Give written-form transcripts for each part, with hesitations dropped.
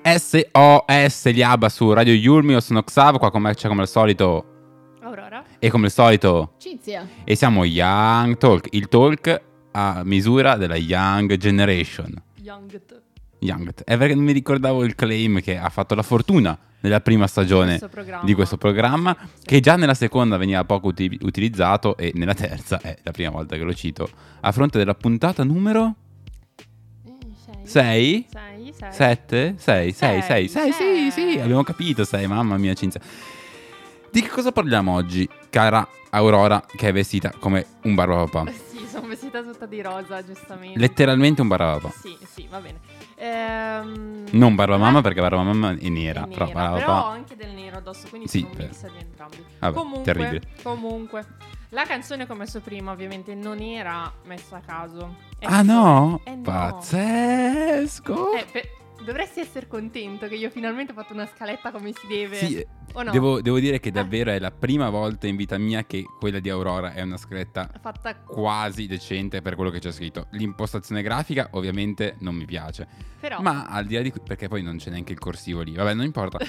SOS Liaba su Radio Yulm. Io sono Xav, qua c'è come al solito Aurora e come al solito Cinzia. e siamo Young Talk, il talk a misura della Young Generation. Young. È perché non mi ricordavo il claim che ha fatto la fortuna nella prima stagione di questo programma, che già nella seconda veniva poco utilizzato e nella terza è la prima volta che lo cito, a fronte della puntata numero 6? 7? 6, sì, abbiamo capito, 6, mamma mia Cinzia. Di che cosa parliamo oggi, cara Aurora, che è vestita come un barbapapà? Sì, sono vestita tutta di rosa, giustamente. Letteralmente un barbapapà. Sì, va bene. Non barbamamma perché barbamamma è nera, però ho anche del nero addosso, quindi sì, sono un mix di entrambi. Vabbè, terribile. Comunque, la canzone che ho messo prima ovviamente non era messa a caso. No? No. Pazzesco! Dovresti essere contento che io finalmente ho fatto una scaletta come si deve. Sì, o no? devo dire che davvero è la prima volta in vita mia che quella di Aurora è una scaletta fatta quasi decente per quello che c'è scritto. L'impostazione grafica ovviamente non mi piace, però ma al di là di perché poi non c'è neanche il corsivo lì. Vabbè, non importa.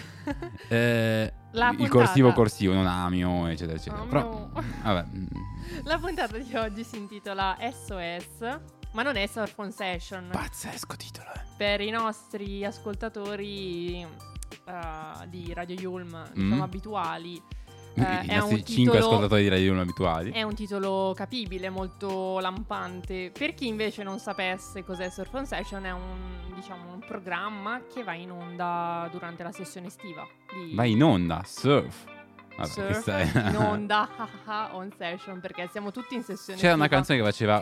Il corsivo, non amio, eccetera, eccetera. Però, vabbè. La puntata di oggi si intitola SOS. Ma non è Surf Session. Pazzesco titolo, per i nostri ascoltatori di Radio Yulm, diciamo abituali. I nostri 5 ascoltatori di Radio Yulm abituali. È un titolo capibile, molto lampante. Per chi invece non sapesse cos'è Surf Session, è un programma che va in onda durante la sessione estiva. Va in onda, surf. Vabbè, Surf in onda on session, perché siamo tutti in sessione. C'era una canzone che faceva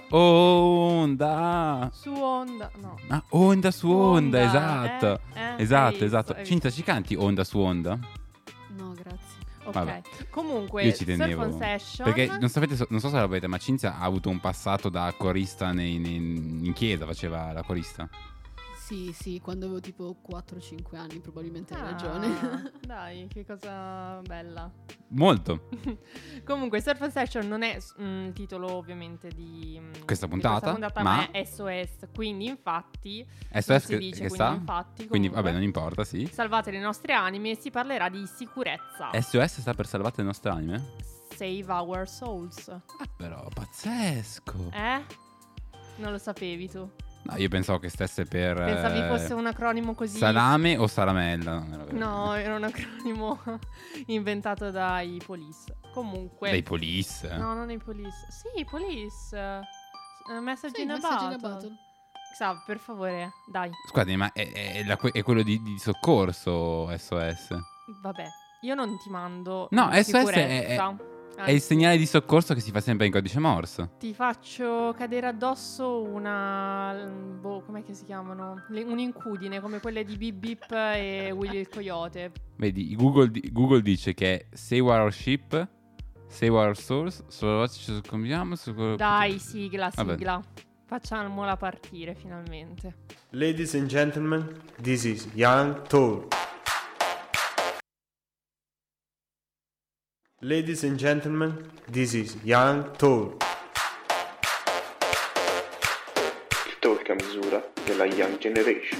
onda su onda, no. Onda su onda, esatto. Esatto. Cinzia, ci canti onda su onda? No, grazie. Ok. Vabbè. Comunque, io ci tenevo, Surf on Session, perché non so se lo sapete, ma Cinzia ha avuto un passato da corista in chiesa, faceva la corista. Sì, quando avevo tipo 4-5 anni probabilmente hai ragione. Dai, che cosa bella. Molto. Comunque Surf on Session non è il titolo ovviamente di questa puntata, ma è SOS, quindi infatti SOS si dice, che sta? Infatti, quindi vabbè, non importa, sì. Salvate le nostre anime e si parlerà di sicurezza. SOS sta per salvate le nostre anime? Save our souls. Però pazzesco. Non lo sapevi tu? No, io pensavo che stesse per... Pensavi fosse un acronimo così? Salame o salamella? No, era un acronimo inventato dai police. Comunque... Dai police? No, non i police. Sì, police. Message in a battle. Xav, per favore, dai. Scusate, ma è quello di soccorso SOS? Vabbè, io non ti mando SOS è il segnale di soccorso che si fa sempre in codice Morse. Ti faccio cadere addosso com'è che si chiamano? Un'incudine come quelle di Bip Bip e Willy il Coyote. Vedi, Google dice che Save Our Ship, Save Our Souls, ci soccombiamo. Dai, sigla. Facciamola partire finalmente. Ladies and gentlemen, this is Young Talk. Ladies and gentlemen, this is Young Talk. Il talk a misura della Young Generation.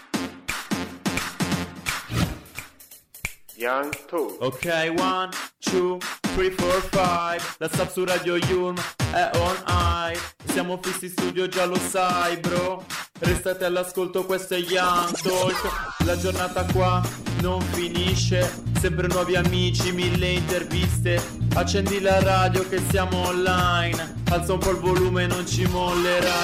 Young Talk. Ok, 1, 2, 3, 4, 5. La sub su Radio Yulm è on high. Siamo fissi in studio, già lo sai, bro. Restate all'ascolto, questo è Young Talk. La giornata qua non finisce. Sempre nuovi amici, 1000 interviste. Accendi la radio che siamo online. Alza un po' il volume, non ci mollerai.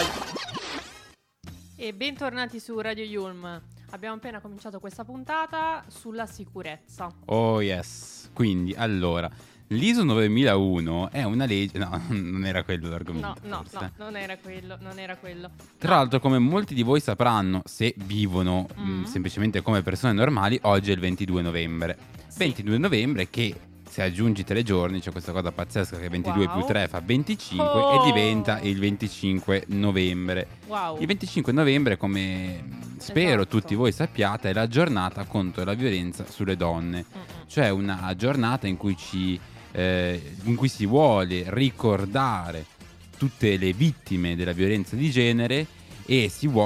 E bentornati su Radio Yulm. Abbiamo appena cominciato questa puntata sulla sicurezza. Oh yes. Quindi, allora, l'ISO 9001 è una legge... No, non era quello l'argomento. No, non era quello. Tra l'altro, come molti di voi sapranno, se vivono semplicemente come persone normali, oggi è il 22 novembre. Sì. 22 novembre che, se aggiungi 3 giorni, c'è questa cosa pazzesca che 22 più 3 fa 25 e diventa il 25 novembre. Wow. Il 25 novembre, come spero tutti voi sappiate, è la giornata contro la violenza sulle donne. Cioè una giornata in cui si vuole ricordare tutte le vittime della violenza di genere e si vuole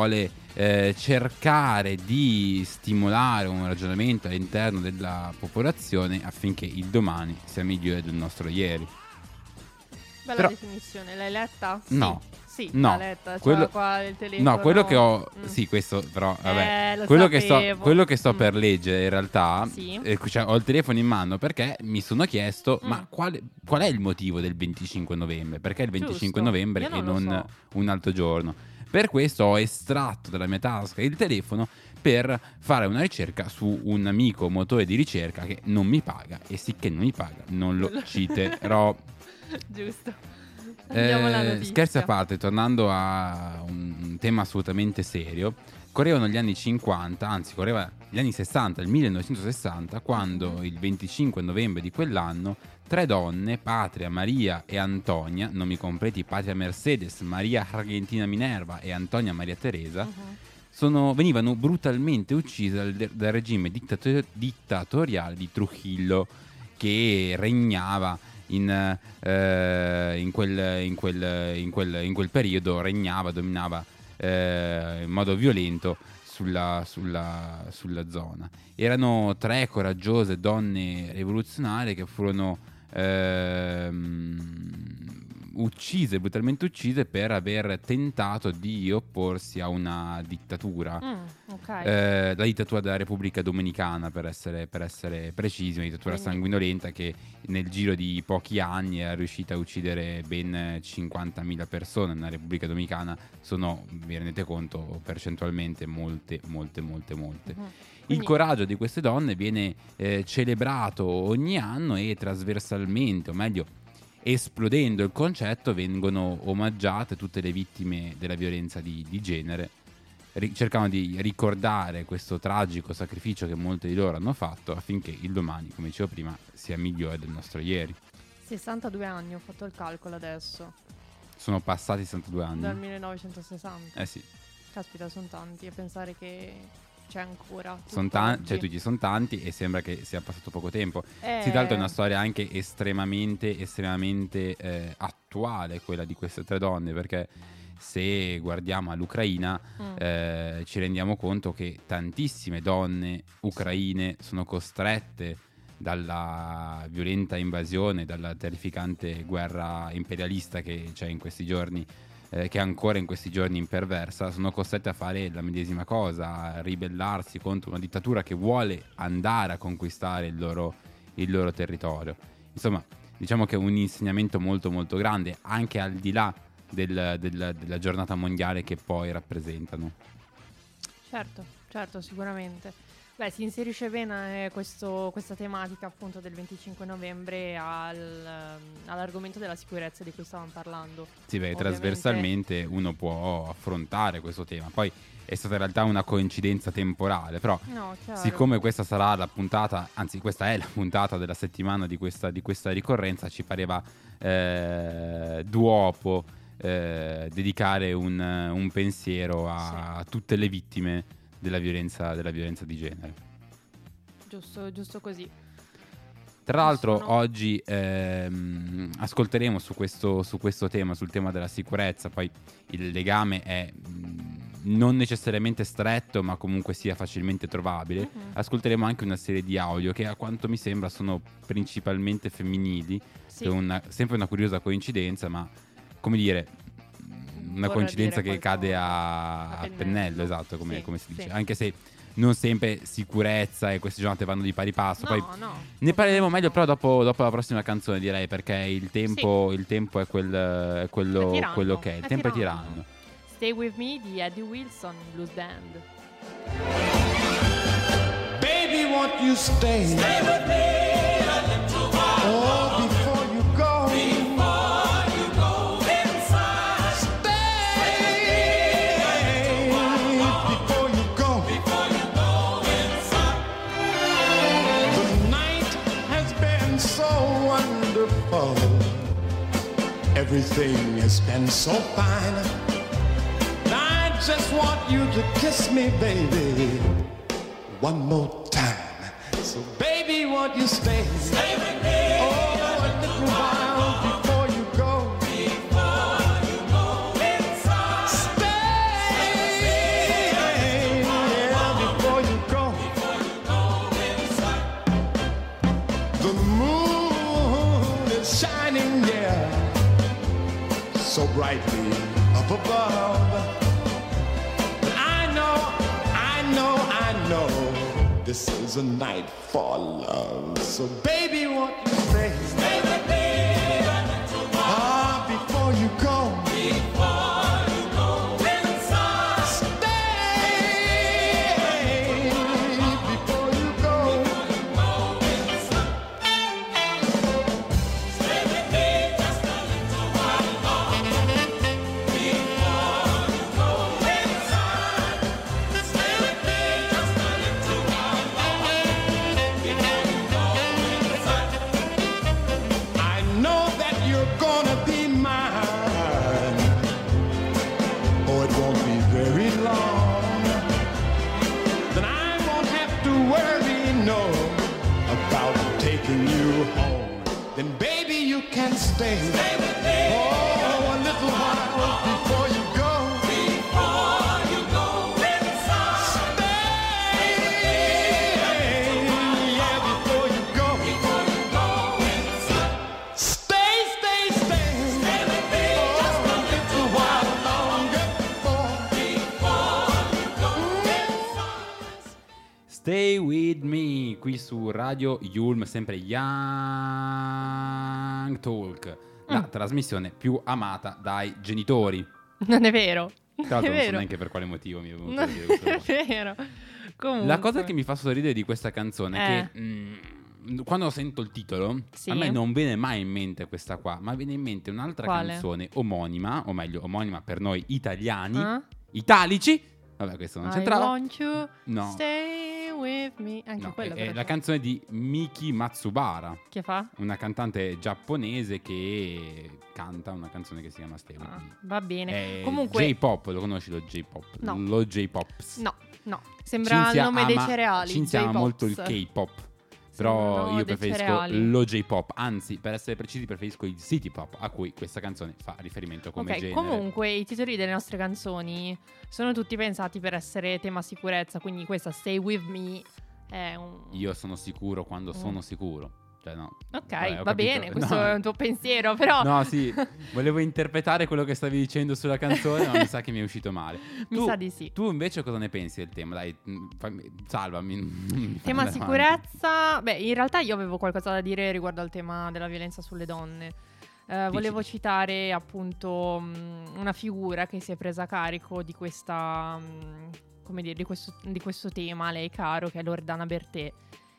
cercare di stimolare un ragionamento all'interno della popolazione affinché il domani sia migliore del nostro ieri. Bella definizione, l'hai letta? Sì. No. Sì, no, l'ha letta, c'era qua il telefono. No, quello che ho sì, questo però vabbè. Quello che sto per leggere in realtà, cioè, ho il telefono in mano perché mi sono chiesto ma qual è il motivo del 25 novembre? Perché il 25 novembre e non un altro giorno? Per questo ho estratto dalla mia tasca il telefono per fare una ricerca su un amico motore di ricerca che non mi paga, e sicché non mi paga non lo citerò. Giusto. Scherzi a parte, tornando a un tema assolutamente serio, correvano gli anni 50, anzi correva gli anni 60, il 1960, quando il 25 novembre di quell'anno 3 donne, Patria, Maria e Antonia, nomi completi Patria Mercedes, Maria Argentina Minerva e Antonia Maria Teresa, venivano brutalmente uccise dal regime dittatoriale di Trujillo, che regnava in quel periodo, dominava in modo violento sulla zona. Erano 3 coraggiose donne rivoluzionarie che furono brutalmente uccise per aver tentato di opporsi a una dittatura, la dittatura della Repubblica Dominicana, per essere precisi, una dittatura sanguinolenta che nel giro di pochi anni è riuscita a uccidere ben 50.000 persone. Nella Repubblica Dominicana sono, vi rendete conto, percentualmente molte. Il coraggio di queste donne viene celebrato ogni anno, e trasversalmente, o meglio esplodendo il concetto, vengono omaggiate tutte le vittime della violenza di genere, cercando di ricordare questo tragico sacrificio che molti di loro hanno fatto affinché il domani, come dicevo prima, sia migliore del nostro ieri. 62 anni, ho fatto il calcolo adesso. Sono passati 62 anni. Dal 1960. Sì. Caspita, sono tanti, a pensare che c'è ancora. Sono tanti, e sembra che sia passato poco tempo. Si tratta di una storia anche estremamente attuale, quella di queste 3 donne, perché se guardiamo all'Ucraina ci rendiamo conto che tantissime donne ucraine sono costrette dalla violenta invasione, dalla terrificante guerra imperialista che c'è in questi giorni, che ancora in questi giorni imperversa, sono costrette a fare la medesima cosa, a ribellarsi contro una dittatura che vuole andare a conquistare il loro territorio. Insomma, diciamo che è un insegnamento molto molto grande, anche al di là della giornata mondiale che poi rappresentano. Certo, sicuramente. Beh, si inserisce bene questa tematica appunto del 25 novembre all'argomento della sicurezza di cui stavamo parlando. Sì, beh, trasversalmente uno può affrontare questo tema. Poi è stata in realtà una coincidenza temporale, però siccome questa sarà la puntata, anzi questa è la puntata della settimana di questa ricorrenza, ci pareva d'uopo dedicare un pensiero a tutte le vittime della violenza di genere. Giusto così. Tra l'altro oggi ascolteremo su questo tema, sul tema della sicurezza. Poi il legame è non necessariamente stretto, ma comunque sia facilmente trovabile. Ascolteremo anche una serie di audio che, a quanto mi sembra, sono principalmente femminili. Sì. Sempre una curiosa coincidenza, ma come dire, una coincidenza che cade a pennello, esatto, come si dice. Anche se non sempre sicurezza e queste giornate vanno di pari passo. Poi ne parleremo meglio però dopo la prossima canzone, direi, perché il tempo è quello che è. Il tempo è tiranno. Stay With Me di Eddie Wilson, Blues Band. Baby, won't you stay with me a little while? Oh, before you go. Everything has been so fine. I just want you to kiss me, baby, one more time. So baby, won't you stay with me? Oh, a little while before you go. Before you go inside. Stay brightly up above. But I know this is a night for love. So baby, won't you stay with me a little while before you go. Before you go inside. Stay before you go. Stay with me just a little while longer. Before you go inside. Stay with me just a little while longer. Before you go inside. I know that you're gonna be mine. Oh, it won't be very long. Then I won't have to worry, no, about taking you home. Then baby, you can stay with me. Oh, a little while before you go. Before you go inside. Stay, yeah, before you go. Before you go inside. Stay with me just a little while longer. Before you go inside. Stay with me qui su Radio Yulm, sempre Young Talk, la trasmissione più amata dai genitori. Non è vero. Tra l'altro È non so vero. neanche per quale motivo mi è venuto a Non dire questa è cosa. vero. Comunque. La cosa che mi fa sorridere di questa canzone è che quando sento il titolo, Sì. a me non viene mai in mente questa qua, ma viene in mente un'altra Quale? canzone omonima, o meglio omonima per noi italiani, Ah? italici. Vabbè, questo non I c'entrava. want you No. stay with me. Anche No, quella è però. la canzone di Miki Matsubara, Che fa? una cantante giapponese che canta una canzone che si chiama Stay With Ah, Me. va bene. È Comunque J-pop, lo conosci lo J-pop? No. Lo J-pops. No. Sembra il nome dei cereali. Cinzia ama molto il J-Pops. K-pop. Sembrano Però io dei preferisco cereali. lo J-pop, anzi, per essere precisi, preferisco il City Pop, a cui questa canzone fa riferimento come Ok, genere. comunque i titoli delle nostre canzoni sono tutti pensati per essere tema sicurezza, quindi questa Stay With Me è un... Io sono sicuro quando sono sicuro. Cioè, no. Ok, Vabbè, ho va capito. bene, questo No. è un tuo pensiero, però No, sì, volevo interpretare quello che stavi dicendo sulla canzone, ma mi sa che mi è uscito male. mi sa di sì. Tu invece cosa ne pensi del tema? Dai, salvami. Tema Fammi sicurezza, beh, in realtà io avevo qualcosa da dire riguardo al tema della violenza sulle donne. Volevo citare appunto una figura che si è presa a carico di questa, come dire, di questo tema, lei caro, che è Loredana Bertè.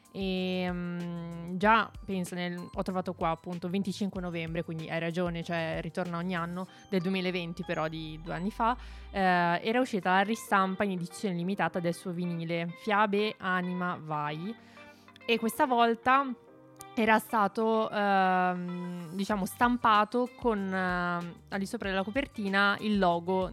E già penso ho trovato qua appunto 25 novembre, quindi hai ragione, cioè ritorna ogni anno, del 2020 però di 2 anni fa, era uscita la ristampa in edizione limitata del suo vinile Fiabe Anima Vai, e questa volta era stato diciamo stampato con al di sopra della copertina il logo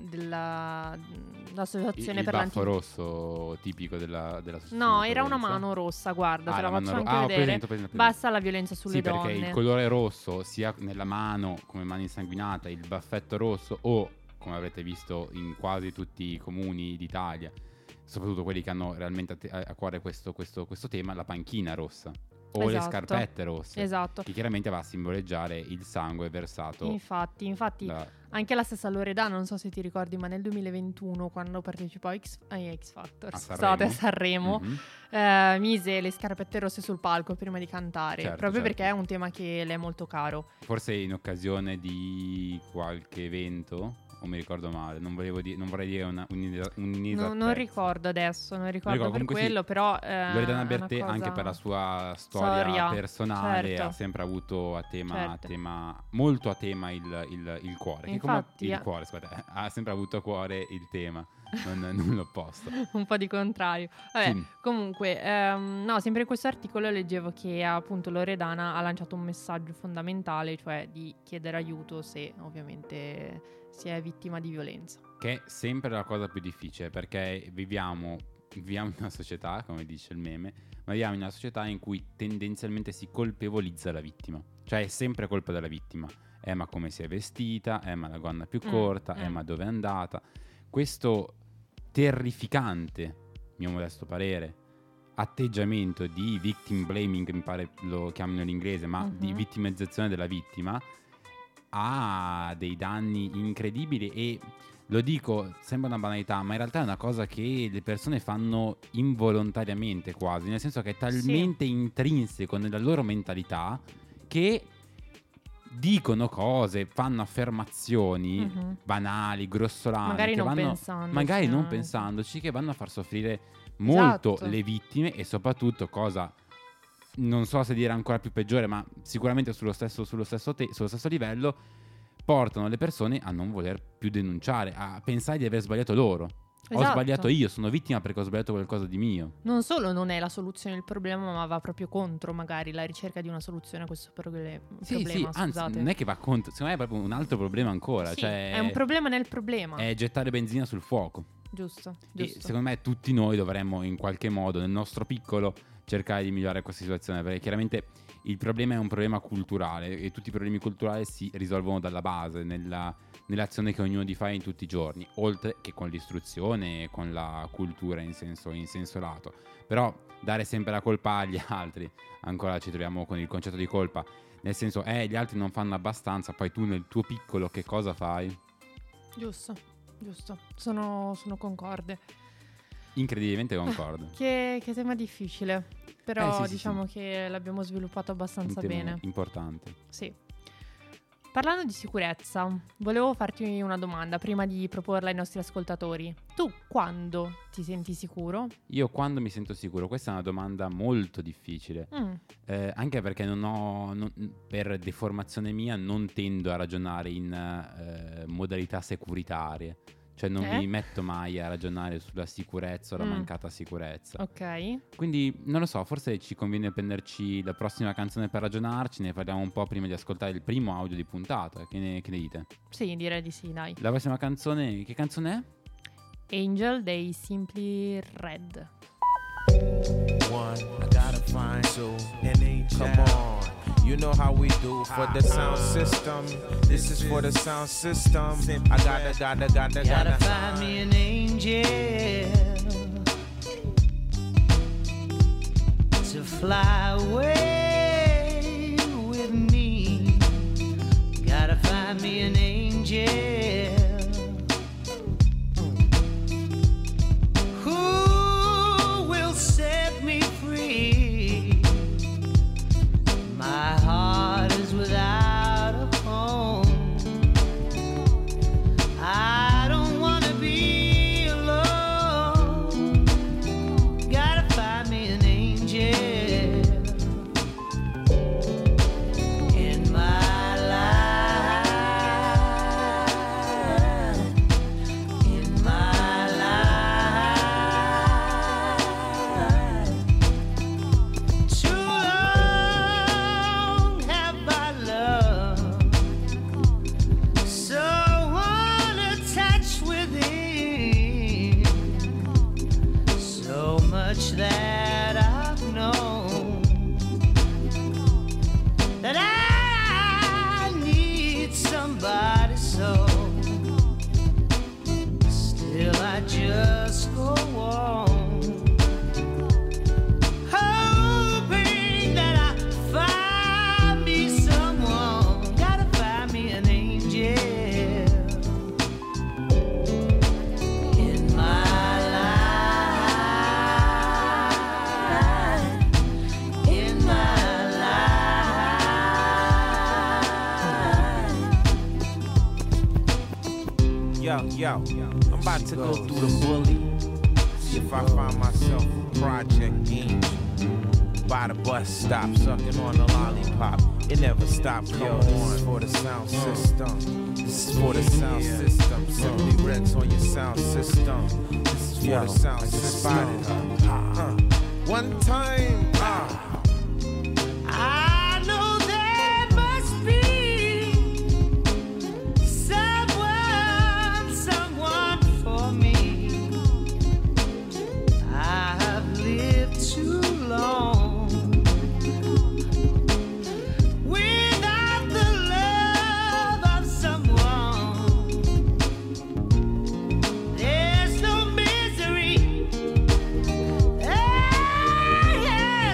dell'associazione il per baffo rosso tipico della società. No, era una mano rossa, guarda, te la faccio anche ho vedere. presente. Basta la violenza sulle sì, donne. perché il colore rosso, sia nella mano come mano insanguinata, il baffetto rosso, o come avrete visto in quasi tutti i comuni d'Italia, soprattutto quelli che hanno realmente a cuore questo tema, la panchina rossa. O le Esatto. scarpette rosse. Esatto. Che chiaramente va a simboleggiare il sangue versato. Infatti, anche la stessa Loredana, non so se ti ricordi, ma nel 2021, quando partecipò a X Factor, scusate, a Sanremo, mise le scarpette rosse sul palco prima di cantare, proprio perché è un tema che le è molto caro. Forse in occasione di qualche evento, o mi ricordo male, non vorrei dire un'inesattezza. Non ricordo adesso, non ricordo per quello, sì. Però Loredana Bertè, cosa... anche per la sua storia personale, certo. ha sempre avuto a tema, Certo. molto a tema il cuore. Infatti, il cuore, scusate, ha sempre avuto a cuore il tema, non l'opposto. Un po' di contrario. Vabbè, Sì. comunque, no, sempre in questo articolo leggevo che appunto Loredana ha lanciato un messaggio fondamentale, cioè di chiedere aiuto se ovviamente si è vittima di violenza. Che è sempre la cosa più difficile, perché viviamo in una società, come dice il meme, ma viviamo in una società in cui tendenzialmente si colpevolizza la vittima. Cioè è sempre colpa della vittima. Ma come si è vestita, ma la gonna più corta, ma dove è andata. Questo terrificante, mio modesto parere, atteggiamento di victim blaming, mi pare lo chiamino in inglese, ma di vittimizzazione della vittima, ha dei danni incredibili e lo dico, sembra una banalità, ma in realtà è una cosa che le persone fanno involontariamente quasi, nel senso che è talmente intrinseco nella loro mentalità che dicono cose, fanno affermazioni banali, grossolane, magari non pensandoci, che vanno a far soffrire molto le vittime e soprattutto, cosa non so se dire ancora più peggiore, ma sicuramente sullo stesso livello, portano le persone a non voler più denunciare, a pensare di aver sbagliato loro. Ho sbagliato io, sono vittima perché ho sbagliato qualcosa di mio. Non solo non è la soluzione del problema, ma va proprio contro magari la ricerca di una soluzione a questo problema. Sì, anzi, non è che va contro, secondo me è proprio un altro problema ancora. Sì, cioè, è un problema nel problema. È gettare benzina sul fuoco. Giusto. E secondo me tutti noi dovremmo in qualche modo, nel nostro piccolo, cercare di migliorare questa situazione, perché chiaramente il problema è un problema culturale e tutti i problemi culturali si risolvono dalla base, nell'azione che ognuno di fa in tutti i giorni, oltre che con l'istruzione e con la cultura in senso lato. Però dare sempre la colpa agli altri, ancora ci troviamo con il concetto di colpa, nel senso gli altri non fanno abbastanza, poi tu nel tuo piccolo che cosa fai? Giusto, sono concorde. Incredibilmente concorde. Che tema difficile, però diciamo che l'abbiamo sviluppato abbastanza bene. Importante. Sì. Parlando di sicurezza, volevo farti una domanda prima di proporla ai nostri ascoltatori. Tu quando ti senti sicuro? Io quando mi sento sicuro? Questa è una domanda molto difficile, anche perché per deformazione mia non tendo a ragionare in modalità securitarie. Cioè non mi metto mai a ragionare sulla sicurezza o la mancata sicurezza. Ok. Quindi non lo so, forse ci conviene prenderci la prossima canzone per ragionarci. Ne parliamo un po' prima di ascoltare il primo audio di puntata. Che ne dite? Sì, direi di sì, dai. La prossima canzone, che canzone è? Angel dei Simply Red. One, I gotta find two, and then come on. You know how we do for the sound system. This is for the sound system. I gotta find me an angel to fly away with me. Gotta find me an angel who will set me free. My heart is without a home. I don't wanna be alone. Gotta find me an angel in my life. In my life. Too long have I loved someone attached within, so much that I've known that I need somebody, so still I just go on, hoping that I find me someone. Gotta find me an angel in my life. In my life. Yo, I'm about to go through the bully. See if I find myself a project game. By the bus stop, sucking on a lollipop. It never stops. Come on. This is for the sound system. This is for the sound system. Simply Reds on your sound system. This is for the sound system. One time. I know there must be someone for me. I've lived too long without the love of someone. There's no misery. Hey, hey.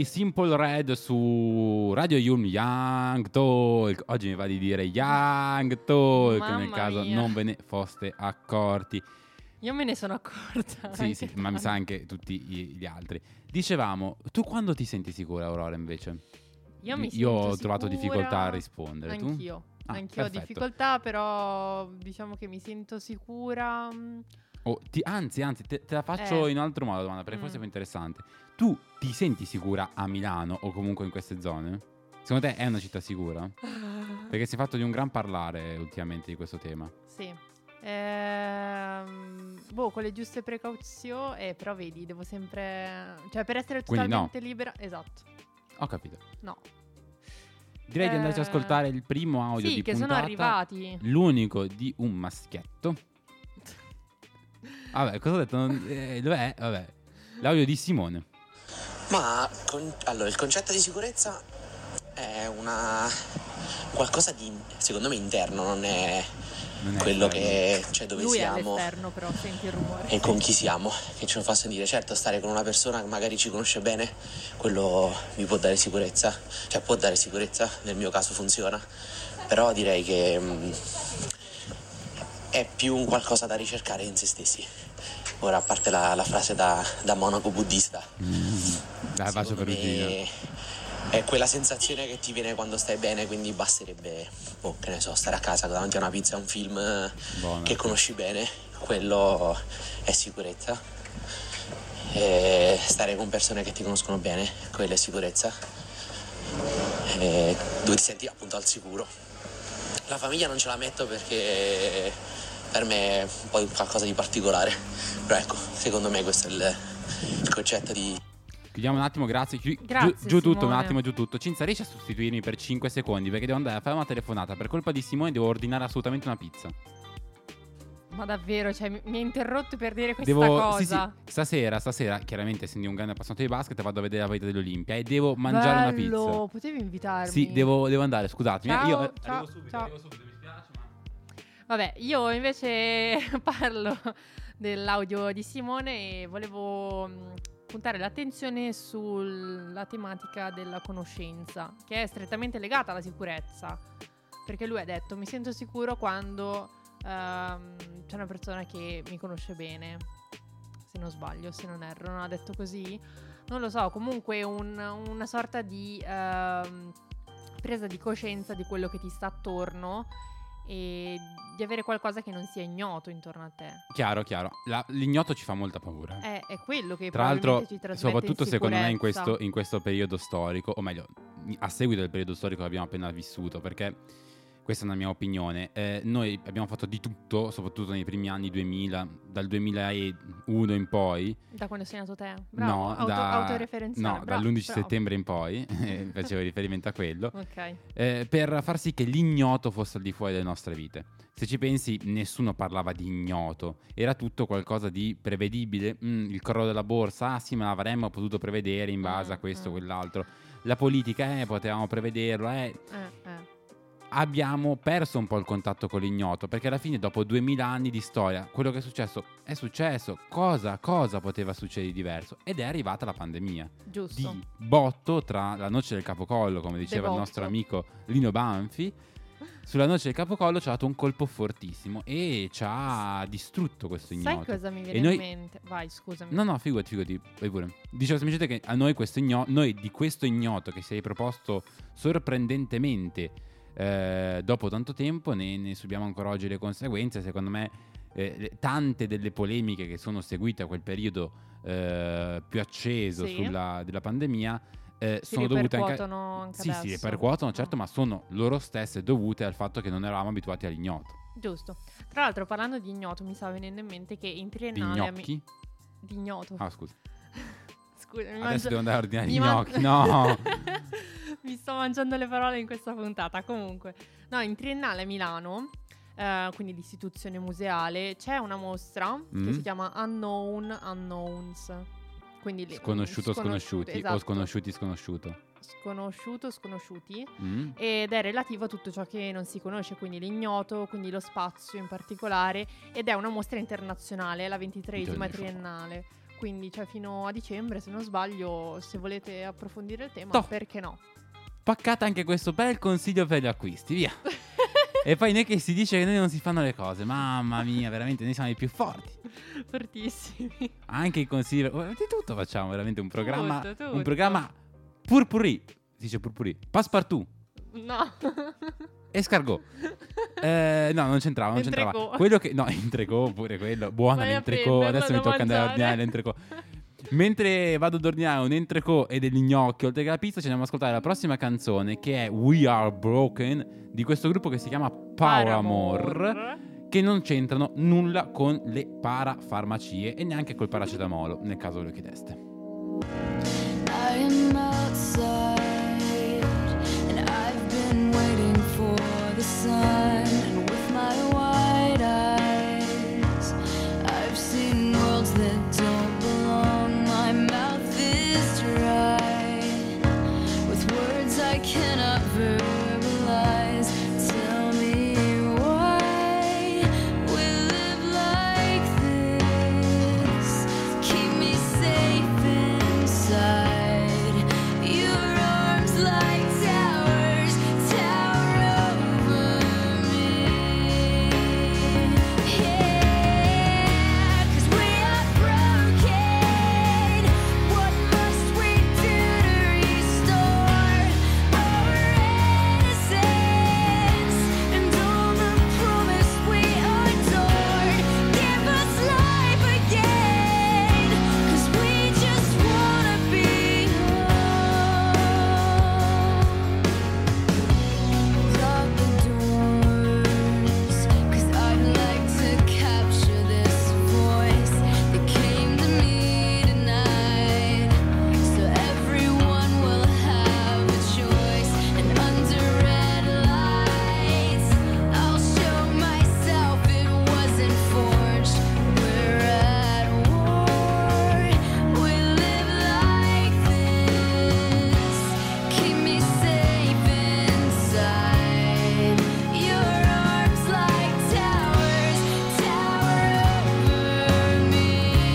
di Simple Red su Radio Yulm, Young Talk. Oggi mi va di dire Young Talk, Mamma nel caso mia. non ve ne foste accorti. Io me ne sono accorta. Sì, ma mi sa anche tutti gli altri. Dicevamo, tu quando ti senti sicura, Aurora, invece? Io ho trovato difficoltà a rispondere. Anch'io. Tu? Anch'io ho perfetto. difficoltà, però diciamo che mi sento sicura. Anzi, te la faccio in un altro modo la domanda, perché forse è più interessante. Tu ti senti sicura a Milano o comunque in queste zone? Secondo te è una città sicura? Perché si è fatto di un gran parlare ultimamente di questo tema. Sì. Con le giuste precauzioni, però vedi, devo sempre... Cioè, per essere Quindi totalmente libera... Esatto. Ho capito. No. Direi di andarci ad ascoltare il primo audio sì, di che puntata. sono arrivati. L'unico di un maschietto. Vabbè, cosa ho detto? Dov'è? Vabbè. L'audio di Simone. Ma allora il concetto di sicurezza è qualcosa di secondo me interno, non è quello che cioè dove Lui siamo. Lui è all'esterno, però senti il rumore. E con chi siamo, che ce lo fa sentire. Certo, stare con una persona che magari ci conosce bene, quello mi può dare sicurezza, cioè può dare sicurezza, nel mio caso funziona, però direi che è più un qualcosa da ricercare in se stessi. Ora, a parte la frase da monaco buddista, Dai, faccio per me è quella sensazione che ti viene quando stai bene, quindi basterebbe, che ne so, stare a casa davanti a una pizza, a un film che conosci bene, quello è sicurezza. E stare con persone che ti conoscono bene, quella è sicurezza. Dove ti senti appunto al sicuro. La famiglia non ce la metto perché per me è un po' qualcosa di particolare, però ecco, secondo me questo è il concetto di... Chiudiamo un attimo, grazie. Grazie, giù tutto, un Simone. attimo, giù tutto. Cinzia, riesci a sostituirmi per 5 secondi? Perché devo andare a fare una telefonata. Per colpa di Simone devo ordinare assolutamente una pizza. Ma davvero, cioè mi hai interrotto per dire questa cosa. Sì. Stasera, chiaramente essendo un grande appassionato di basket, vado a vedere la partita dell'Olimpia e devo mangiare una pizza. Potevi invitarmi? Sì, devo andare, scusatemi. Ciao, Io ciao, arrivo subito, ciao. mi spiace, ma... Vabbè, io invece parlo dell'audio di Simone e volevo puntare l'attenzione sulla tematica della conoscenza, che è strettamente legata alla sicurezza, perché lui ha detto: mi sento sicuro quando c'è una persona che mi conosce bene, se non sbaglio, se non erro, non ha detto così? Non lo so, comunque una sorta di presa di coscienza di quello che ti sta attorno e di avere qualcosa che non sia ignoto intorno a te. Chiaro. L'ignoto ci fa molta paura. È quello che Tra l'altro, ci trasmette soprattutto secondo me insicurezza. in questo periodo storico, o meglio, a seguito del periodo storico che abbiamo appena vissuto, perché questa è una mia opinione, noi abbiamo fatto di tutto, soprattutto nei primi anni 2000, dal 2001 in poi. Da quando sei nato te? Bravo, autoreferenziale. No, bravo, dall'11 bravo. settembre in poi, facevo riferimento a quello, Ok. per far sì che l'ignoto fosse al di fuori delle nostre vite. Se ci pensi, nessuno parlava di ignoto, era tutto qualcosa di prevedibile. Il crollo della borsa, sì, ma l'avremmo potuto prevedere in base a questo o quell'altro. La politica, potevamo prevederlo, Abbiamo perso un po' il contatto con l'ignoto, perché alla fine, dopo 2000 anni di storia, quello che è successo. Cosa poteva succedere di diverso? Ed è arrivata la pandemia. Giusto. Di botto, tra la noce del capocollo, come diceva il nostro amico Lino Banfi. Sulla noce del capocollo ci ha dato un colpo fortissimo e ci ha distrutto questo ignoto. Sai cosa mi viene in mente? Vai, scusami. No, figurati, vai pure. Dicevo semplicemente che a noi noi di questo ignoto che si è riproposto sorprendentemente dopo tanto tempo ne subiamo ancora oggi le conseguenze. Secondo me tante delle polemiche che sono seguite a quel periodo più acceso della pandemia sono dovute anche adesso. Sì, ripercuotono, certo, ma sono loro stesse dovute al fatto che non eravamo abituati all'ignoto. Giusto. Tra l'altro, parlando di ignoto, mi stava venendo in mente che in triennale... Di gnocchi? Di ignoto. Ah, scusa. Scusa, adesso devo andare a ordinare gli gnocchi, no! Mi sto mangiando le parole in questa puntata. Comunque, no, in triennale a Milano, quindi l'istituzione museale, c'è una mostra che si chiama Unknown Unknowns. Quindi sconosciuti, esatto. O sconosciuto. Sconosciuti. Ed è relativo a tutto ciò che non si conosce, quindi l'ignoto, quindi lo spazio in particolare, ed è una mostra internazionale, la 23esima triennale. quindi cioè fino a dicembre, se non sbaglio, se volete approfondire il tema, perché no? Paccata anche questo bel consiglio per gli acquisti, via. E poi noi che si dice che noi non si fanno le cose, mamma mia, veramente noi siamo i più forti. Fortissimi. Anche i consigli, di tutto facciamo, veramente un programma, tutto. un programma purpurri, si dice purpurri, passepartout. No. Escargot. No, non c'entrava. Quello che entrecot pure quello. Buona l'entrecot. Adesso mi tocca andare a ordinare l'entrecot. Mentre vado ad ordinare un entrecot e degli gnocchi oltre che la pizza, ci andiamo ad ascoltare la prossima canzone, che è We Are Broken, di questo gruppo che si chiama Paramore, che non c'entrano nulla con le parafarmacie e neanche col paracetamolo, nel caso ve lo chiedeste. I'm outside and I've been waiting for the sun, and with my wide eyes I've seen worlds that don't belong. My mouth is dry with words I cannot verbalize. Tell me why we live like this. Keep me safe inside your arms like towers tower over me. Yeah, 'cause we are broken. What must we do to restore our innocence and all the promise we adored? Give us life again, 'cause we just wanna be home. Lock the doors, 'cause I'd like to capture this voice that came to me tonight, so everyone will have a choice. And under red lights, I'll show myself it wasn't forged. We're at war, we live like this. Keep me safe inside your arms like towers tower over me.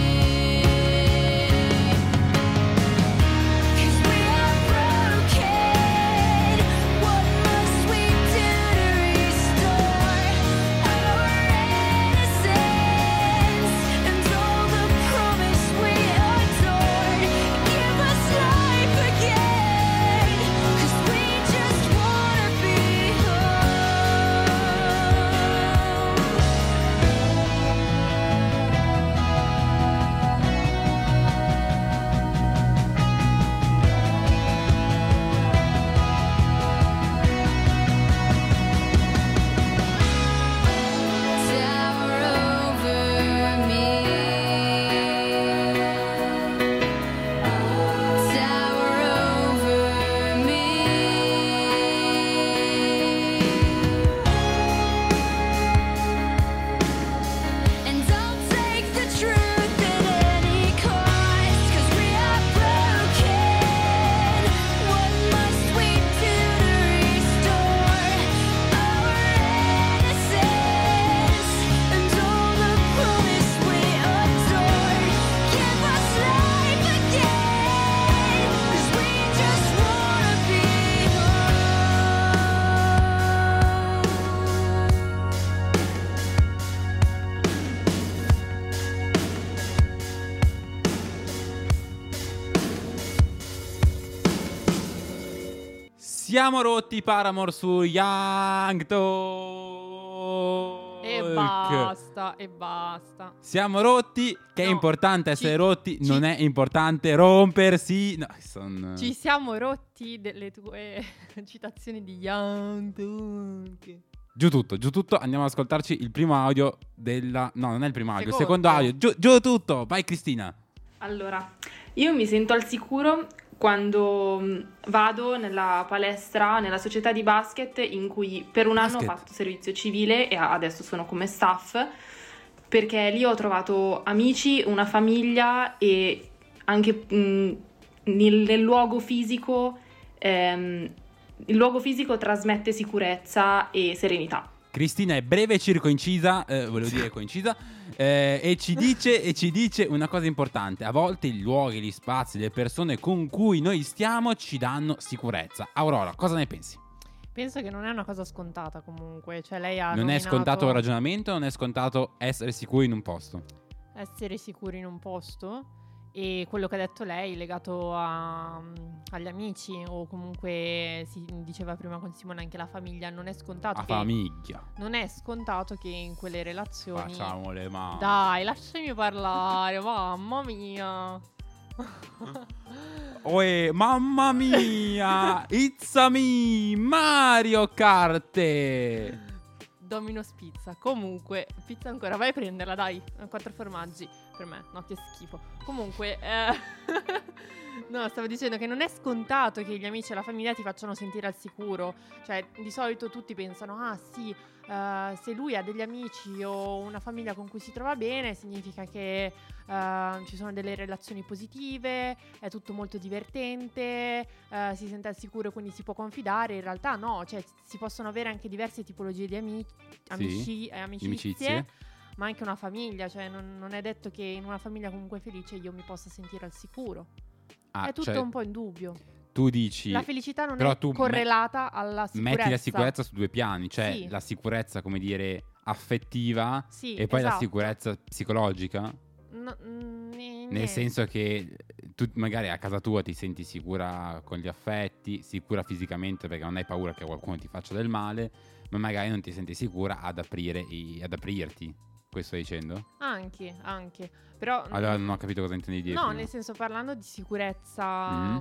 'Cause we are broken. What must we do to restore our innocence and all the promise we adored? Give us life again, 'cause we just wanna be tower over me. Tower over me. And I'll take the truth at any cost, 'cause we are broken. What must we do to restore our innocence and all the promise we adored? Give us life again, 'cause we just wanna be Siamo rotti, Paramore su Young Talk. E basta. Siamo rotti, che è No, importante essere rotti, non è importante rompersi. No, Ci siamo rotti delle tue citazioni di Young Talk. Giù tutto. Andiamo ad ascoltarci il primo audio della... No, non è il primo audio, il Secondo. secondo audio. Giù tutto, vai Cristina. Allora, io mi sento al sicuro quando vado nella palestra, nella società di basket in cui per un anno ho fatto servizio civile e adesso sono come staff, perché lì ho trovato amici, una famiglia e anche nel luogo fisico, il luogo fisico trasmette sicurezza e serenità. Cristina è breve e circoincisa, volevo dire coincisa, e ci dice una cosa importante. A volte i luoghi, gli spazi, le persone con cui noi stiamo ci danno sicurezza. Aurora, cosa ne pensi? Penso che non è una cosa scontata comunque. Cioè lei ha Non è nominato scontato il ragionamento, non è scontato essere sicuri in un posto. essere sicuri in un posto. E quello che ha detto lei legato agli amici, o comunque si diceva prima con Simone anche la famiglia, non è scontato La famiglia. non è scontato che in quelle relazioni Facciamo le mani. Dai, lasciami parlare, mamma mia. Oe, mamma mia, it's a me, Mario Kart. Domino's Pizza. Comunque, pizza ancora, vai a prenderla, dai. 4 formaggi per me, no, che schifo. Comunque, no, stavo dicendo che non è scontato che gli amici e la famiglia ti facciano sentire al sicuro. Cioè, di solito tutti pensano, ah sì, se lui ha degli amici o una famiglia con cui si trova bene, significa che ci sono delle relazioni positive, è tutto molto divertente, si sente al sicuro e quindi si può confidare. In realtà no, cioè si possono avere anche diverse tipologie di amicizie, ma anche una famiglia. Cioè non è detto che in una famiglia comunque felice io mi possa sentire al sicuro. È tutto un po' in dubbio. Tu dici la felicità non però è correlata alla sicurezza. Metti la sicurezza su due piani, cioè Sì. la sicurezza, come dire, affettiva, Sì, e poi la esatto. sicurezza psicologica. Nel senso che tu magari a casa tua ti senti sicura con gli affetti, sicura fisicamente perché non hai paura che qualcuno ti faccia del male, ma magari non ti senti sicura ad aprirti. Questo stai dicendo? Anche. Però Allora non ho capito cosa intendi dire. no, prima. nel senso, parlando di sicurezza,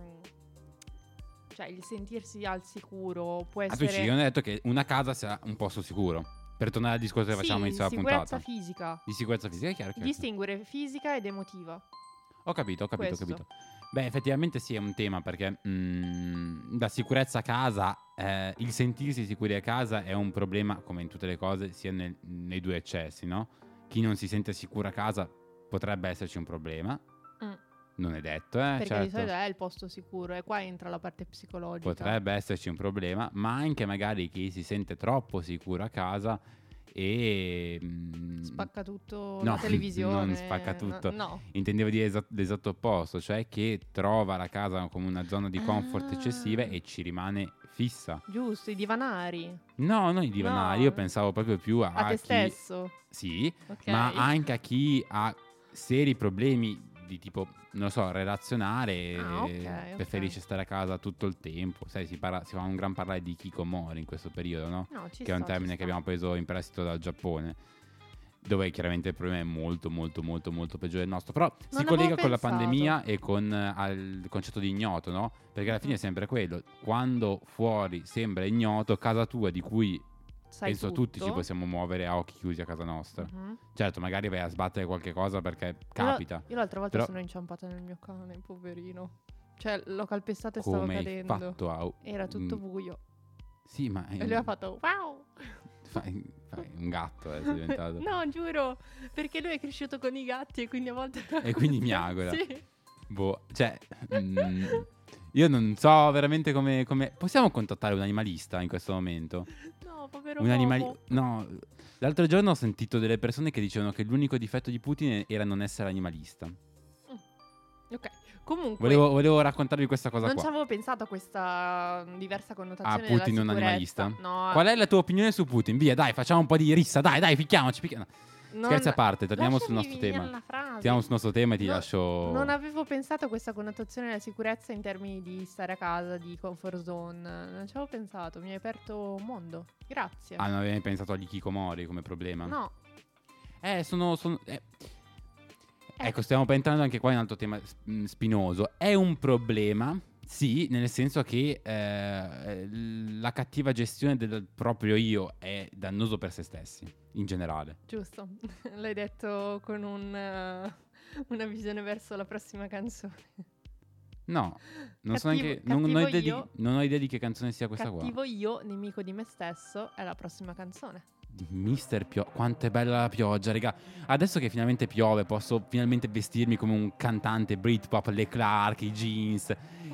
cioè il sentirsi al sicuro può Tu essere dici, non hai detto che una casa sia un posto sicuro. Per tornare al discorso che facciamo inizio la sicurezza puntata. fisica. Di sicurezza fisica, è chiaro. Distinguere fisica ed emotiva. Ho capito. Questo. Beh, effettivamente sì, è un tema perché la sicurezza a casa, il sentirsi sicuri a casa è un problema, come in tutte le cose, sia nei due eccessi, no? Chi non si sente sicuro a casa potrebbe esserci un problema. Non è detto, Perché certo. di solito è il posto sicuro e qua entra la parte psicologica. Potrebbe esserci un problema, ma anche magari chi si sente troppo sicuro a casa e spacca tutto no, la televisione. non spacca tutto. No. Intendevo dire l'esatto opposto, cioè che trova la casa come una zona di comfort eccessiva e ci rimane fissa. Giusto, i divanari. No, non i divanari, No. io pensavo proprio più a A te chi, stesso. sì, Ok. ma anche a chi ha seri problemi di tipo, non lo so, relazionare, ok. preferisce stare a casa tutto il tempo. Sai, si fa un gran parlare di hikikomori in questo periodo, no? No, ci Che è un sta, termine ci che sta. abbiamo preso in prestito dal Giappone, dove chiaramente il problema è molto peggiore del nostro. Però si Non collega avevo con la pensato. pandemia e con il concetto di ignoto, no? Perché alla fine è sempre quello. Quando fuori sembra ignoto, casa tua di cui Sai penso tutto. tutti ci possiamo muovere a occhi chiusi a casa nostra. Mhm. Certo, magari vai a sbattere qualche cosa perché capita. Io l'altra volta Però sono inciampata nel mio cane, poverino. Cioè, l'ho calpestato e stavo come hai cadendo. fatto a... Era tutto buio. Sì, ma... E lui ha fatto wow. fai un gatto, sei diventato. No, giuro. Perché lui è cresciuto con i gatti e quindi a volte... E quindi miagola. Sì. Boh, cioè... io non so veramente come... Possiamo contattare un animalista in questo momento? No, povero Un uomo. No, l'altro giorno ho sentito delle persone che dicevano che l'unico difetto di Putin era non essere animalista. Ok. Comunque... Volevo raccontarvi questa cosa non qua. ci avevo pensato a questa diversa Ah, connotazione della Putin non sicurezza. animalista? No. Qual è la tua opinione su Putin? Via, dai, facciamo un po' di rissa. Dai, picchiamoci. Non- Scherzi a parte, torniamo sul Lasciami nostro finire tema. la frase. Torniamo sul nostro tema e ti No, lascio... Non avevo pensato a questa connotazione della sicurezza in termini di stare a casa, di comfort zone. Non ci avevo pensato, mi hai aperto un mondo. Grazie. Ah, non avevi pensato agli hikikomori come problema? No. Ecco, stiamo entrando anche qua in un altro tema spinoso. È un problema, sì, nel senso che la cattiva gestione del proprio io è dannoso per se stessi, in generale. Giusto. L'hai detto con una visione verso la prossima canzone. No, non so Cattivo- neanche... Non ho cattivo idea io. non ho idea di che canzone sia questa qua. Cattivo io, nemico di me stesso, è la prossima canzone. Mister Pioggia, quanto è bella la pioggia, raga. Adesso che finalmente piove, posso finalmente vestirmi come un cantante Britpop, le Clark, i jeans,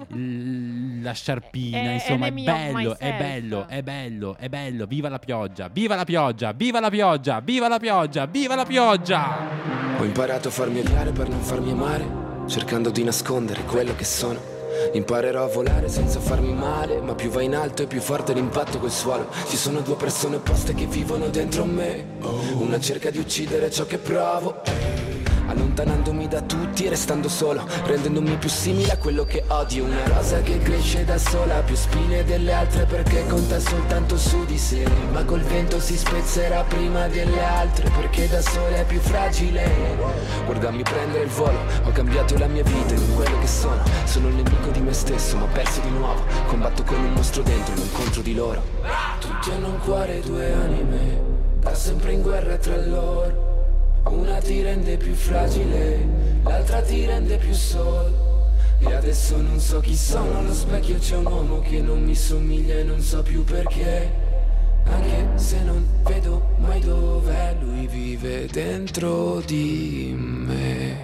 la sciarpina, insomma, è bello, è bello, è bello, è bello. Viva la pioggia, viva la pioggia, viva la pioggia, viva la pioggia, viva la pioggia. Ho imparato a farmi odiare per non farmi amare, cercando di nascondere quello che sono. Imparerò a volare senza farmi male, ma più vai in alto e più forte l'impatto col suolo. Ci sono due persone opposte che vivono dentro me, una cerca di uccidere ciò che provo, allontanandomi da tutti e restando solo, rendendomi più simile a quello che odio. Una rosa che cresce da sola, più spine delle altre perché conta soltanto su di sé, ma col vento si spezzerà prima delle altre perché da sola è più fragile. Guardami prendere il volo, ho cambiato la mia vita in quello che sono. Sono il nemico di me stesso ma ho perso di nuovo, combatto con un mostro dentro, non contro di loro. Tutti hanno un cuore e due anime, da sempre in guerra tra loro. Una ti rende più fragile, l'altra ti rende più solo. E adesso non so chi sono, allo specchio c'è un uomo che non mi somiglia e non so più perché. Anche se non vedo mai dov'è, lui vive dentro di me.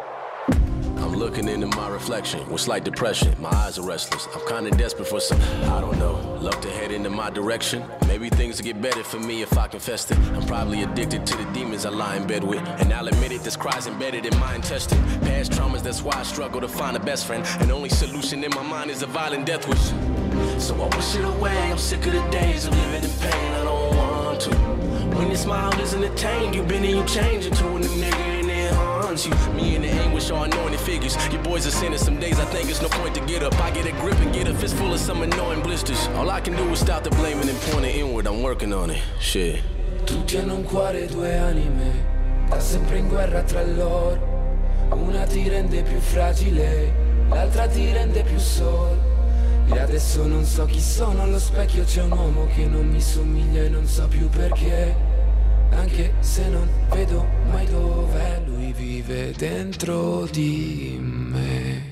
I'm looking into my reflection with slight depression. My eyes are restless. I'm kinda desperate for some, I don't know, luck to head into my direction. Maybe things will get better for me if I confess it. I'm probably addicted to the demons I lie in bed with, and I'll admit it, this cry's embedded in my intestine. Past traumas, that's why I struggle to find a best friend. And only solution in my mind is a violent death wish. So I wish it away, I'm sick of the days of living in pain. I don't want to. When your smile isn't attained, you've been and you change into a new nigga and it haunts you. Me and the anguish are anointed figures. Your boys are sinning, some days I think it's no point to get up. I get a grip and get a fist full of some annoying blisters. All I can do is stop the blaming and point it inward, I'm working on it, shit. Tutti hanno un cuore e due anime, da sempre in guerra tra loro. Una ti rende più fragile, l'altra ti rende più solo. E adesso non so chi sono, allo specchio c'è un uomo che non mi somiglia e non so più perché. Anche se non vedo mai dov'è, lui vive dentro di me.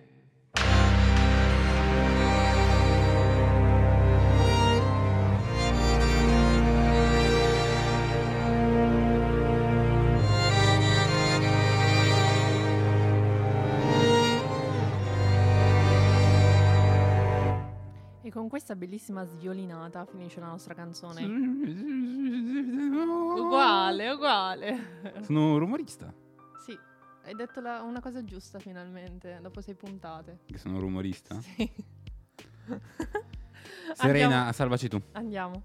Con questa bellissima sviolinata finisce la nostra canzone. Uguale. Sono un rumorista. Sì, hai detto una cosa giusta finalmente, dopo 6 puntate. Che sono un rumorista? Sì. Serena, Andiamo. salvaci tu. Andiamo.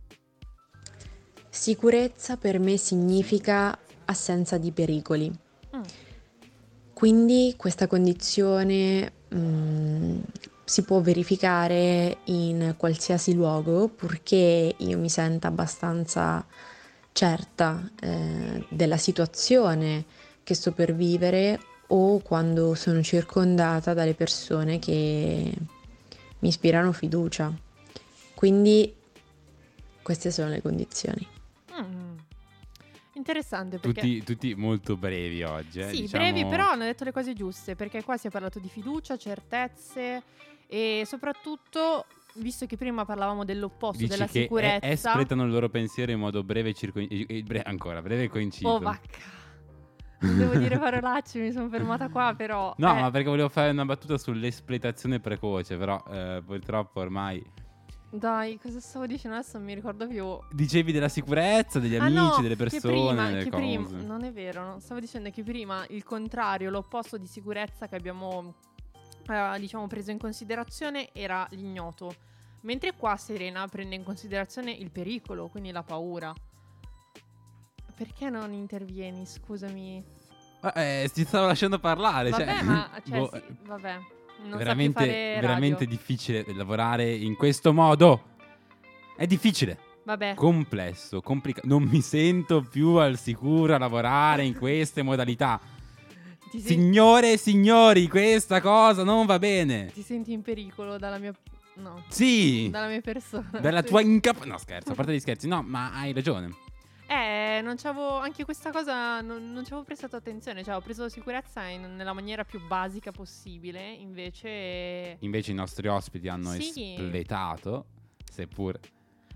Sicurezza per me significa assenza di pericoli. Quindi questa condizione si può verificare in qualsiasi luogo, purché io mi senta abbastanza certa della situazione che sto per vivere, o quando sono circondata dalle persone che mi ispirano fiducia. Quindi queste sono le condizioni. Interessante perché... Tutti molto brevi oggi. Sì, diciamo... brevi, però hanno detto le cose giuste, perché qua si è parlato di fiducia, certezze e soprattutto, visto che prima parlavamo dell'opposto, Dici della che sicurezza... espletano il loro pensiero in modo breve e coinciso. Oh, vacca! Non devo dire parolacce, mi sono fermata qua, però... No, ma perché volevo fare una battuta sull'espletazione precoce, però purtroppo ormai... Dai, cosa stavo dicendo adesso? Non mi ricordo più. Dicevi della sicurezza, degli amici, no, delle persone, delle cose. Prima, non è vero, no? Stavo dicendo che prima il contrario, l'opposto di sicurezza che abbiamo diciamo preso in considerazione era l'ignoto. Mentre qua Serena prende in considerazione il pericolo, quindi la paura. Perché non intervieni? Scusami. Ti stavo lasciando parlare. Vabbè, ma sì, vabbè. Non veramente difficile lavorare in questo modo. È difficile. Vabbè. Complesso, complicato. Non mi sento più al sicuro a lavorare in queste modalità. Signore e signori, questa cosa non va bene. Ti senti in pericolo dalla mia... No. Sì. Dalla mia persona. Dalla tua incapacità. No, scherzo, a parte gli scherzi. No, ma hai ragione. Non c'avevo... Anche questa cosa non ci avevo prestato attenzione. Cioè, ho preso sicurezza nella maniera più basica possibile. Invece i nostri ospiti hanno espletato, seppur...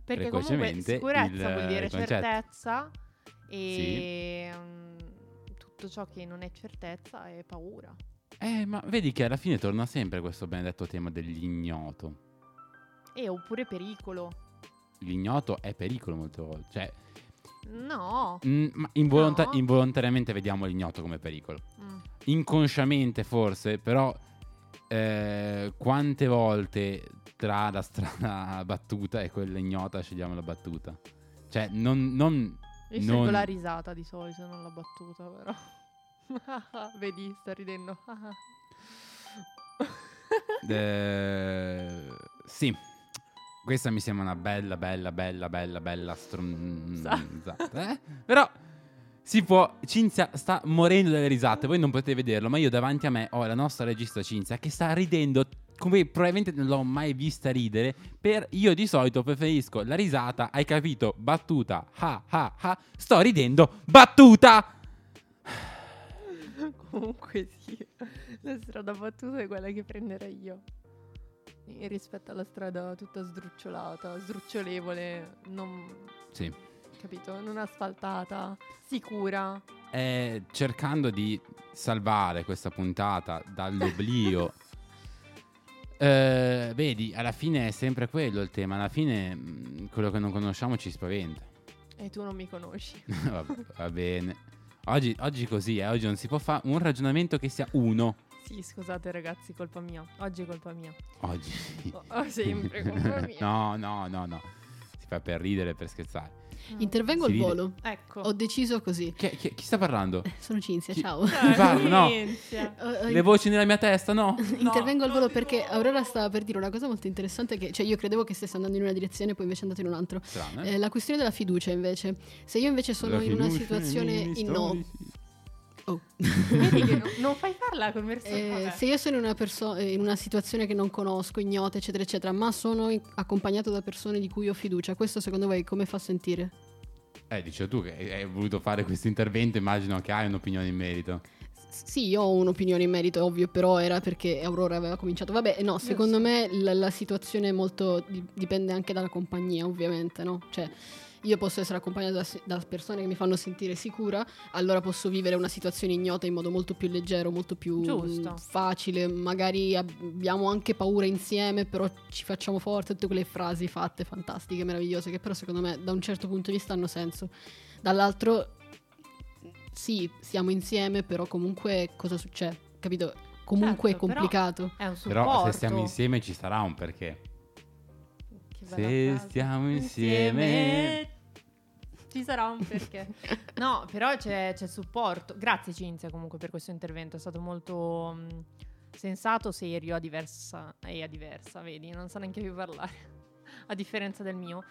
Perché comunque precocemente sicurezza vuol dire il concetto. certezza e tutto ciò che non è certezza è paura. Ma vedi che alla fine torna sempre questo benedetto tema dell'ignoto. Oppure pericolo. L'ignoto è pericolo molte volte. Cioè, No. ma No. involontariamente vediamo l'ignoto come pericolo. Inconsciamente forse, però quante volte tra la strada battuta e quella ignota scegliamo la battuta? Cioè, non Io scelgo la risata di solito, non la battuta, però. Vedi, sta ridendo. Sì. Questa mi sembra una bella stronzata. Però si può. Cinzia sta morendo dalle risate. Voi non potete vederlo, ma io davanti a me ho la nostra regista Cinzia che sta ridendo come probabilmente non l'ho mai vista ridere. Io di solito preferisco la risata, hai capito? Battuta. Sto ridendo. Battuta. Comunque sì, la strada battuta è quella che prenderei io. Rispetto alla strada tutta sdrucciolata, sdrucciolevole, non... Sì. Capito? Non asfaltata, sicura. Cercando di salvare questa puntata dall'oblio. Vedi, alla fine è sempre quello il tema. Alla fine quello che non conosciamo ci spaventa. E tu non mi conosci. Va bene. Oggi così, oggi non si può fare un ragionamento che sia uno. Sì, scusate ragazzi, colpa mia. Oggi è colpa mia. Oggi. Sempre colpa mia. No. Si fa per ridere, per scherzare. Intervengo al volo. Ecco. Ho deciso così. Chi sta parlando? Sono Cinzia, ciao. Chi parla? No. Le voci nella mia testa, no. Intervengo al volo perché Aurora stava per dire una cosa molto interessante che, cioè, io credevo che stesse andando in una direzione, poi invece è andato in un'altra. La questione della fiducia, invece. Se io invece sono in una situazione Vedi che non fai fare la conversazione. Se io sono in una situazione che non conosco, ignota, eccetera, eccetera, ma sono accompagnato da persone di cui ho fiducia, questo secondo voi come fa sentire? Dice tu che hai voluto fare questo intervento, immagino che hai un'opinione in merito. Sì, io ho un'opinione in merito, ovvio, però era perché Aurora aveva cominciato. Vabbè, no, secondo me la situazione molto dipende anche dalla compagnia, ovviamente, no? Cioè, io posso essere accompagnata da persone che mi fanno sentire sicura, allora posso vivere una situazione ignota in modo molto più leggero, molto più facile. Magari abbiamo anche paura insieme, però ci facciamo forte. Tutte quelle frasi fatte, fantastiche, meravigliose, che però secondo me da un certo punto di vista hanno senso. Dall'altro, sì, siamo insieme, però comunque cosa succede? Capito? Comunque certo, è complicato. È un supporto. Però se stiamo insieme ci sarà un perché. Se stiamo insieme ci sarà un perché. No, però c'è supporto. Grazie Cinzia comunque per questo intervento. È stato molto sensato, serio, a diversa, vedi, non so neanche più parlare, a differenza del mio.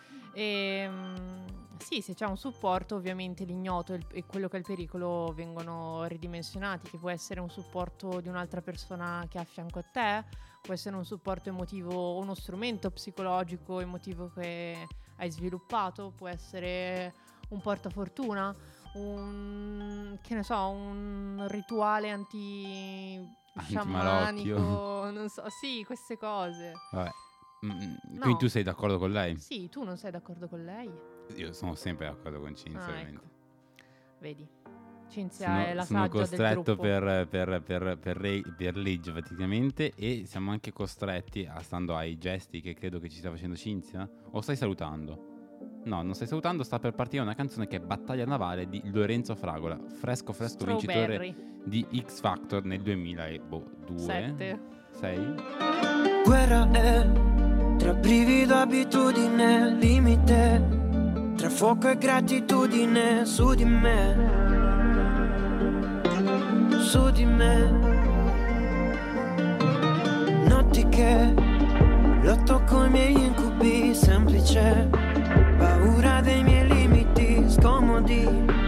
Sì, se c'è un supporto, ovviamente l'ignoto e quello che è il pericolo vengono ridimensionati, che può essere un supporto di un'altra persona che è a fianco a te, può essere un supporto emotivo, uno strumento psicologico emotivo che hai sviluppato, può essere un portafortuna, un rituale anti-sciamanico, non so, sì, queste cose. Vabbè. Quindi tu sei d'accordo con lei? Sì, tu non sei d'accordo con lei? Io sono sempre d'accordo con Cinzia, ovviamente. Ecco. Vedi, Cinzia è la saggia del gruppo. Sono costretto per legge praticamente, e siamo anche costretti, stando ai gesti che credo che ci stia facendo Cinzia. O stai salutando? No, non stai salutando, sta per partire una canzone che è Battaglia Navale di Lorenzo Fragola, fresco vincitore di X Factor nel 2002. 6. Guerra è tra brivido, abitudine, limite, tra fuoco e gratitudine, su di me, notti che lotto coi miei incubi, semplice, paura dei miei limiti, scomodi,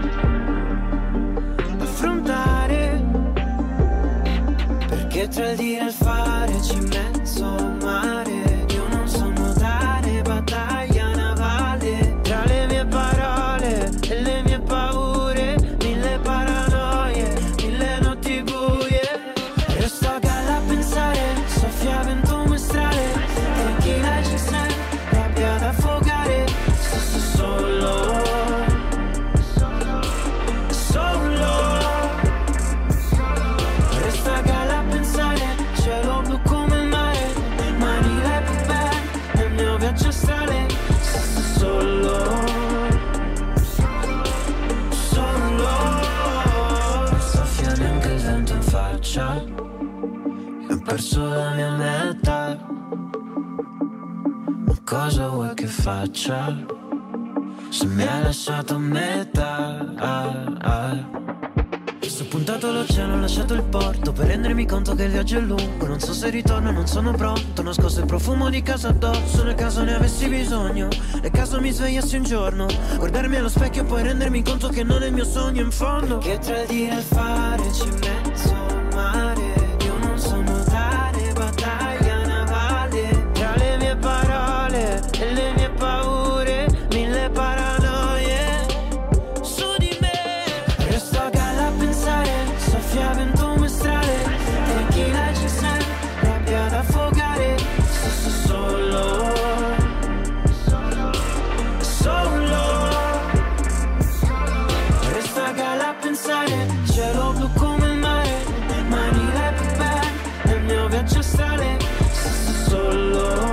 affrontare, perché tra il dire e il fare c'è mezzo mare. Io non so nuotare, battaglia navale, tra le mie parole e le mie paure, mille paranoie, mille notti buie. Resto a galla a pensare, soffia vento maestrale, e chi legge se rabbia da affogare. faccia se mi hai lasciato a metà. Sto puntato l'oceano, ho lasciato il porto per rendermi conto che il viaggio è lungo. Non so se ritorno, non sono pronto. Nascosto il profumo di casa addosso, nel caso ne avessi bisogno. Nel caso mi svegliassi un giorno, guardarmi allo specchio e poi rendermi conto che non è il mio sogno in fondo. Che tra il dire e il fare c'è in mezzo al mare. Io non so nuotare, battaglia navale. Tra le mie parole e le mie paure, mille paranoie. Soffia vento mestrale, tequila ci sei, rabbia da affogare. Solo resta galla a pensare. Cielo blu come il mare, mani le più belle nel mio viaggio astrale. Solo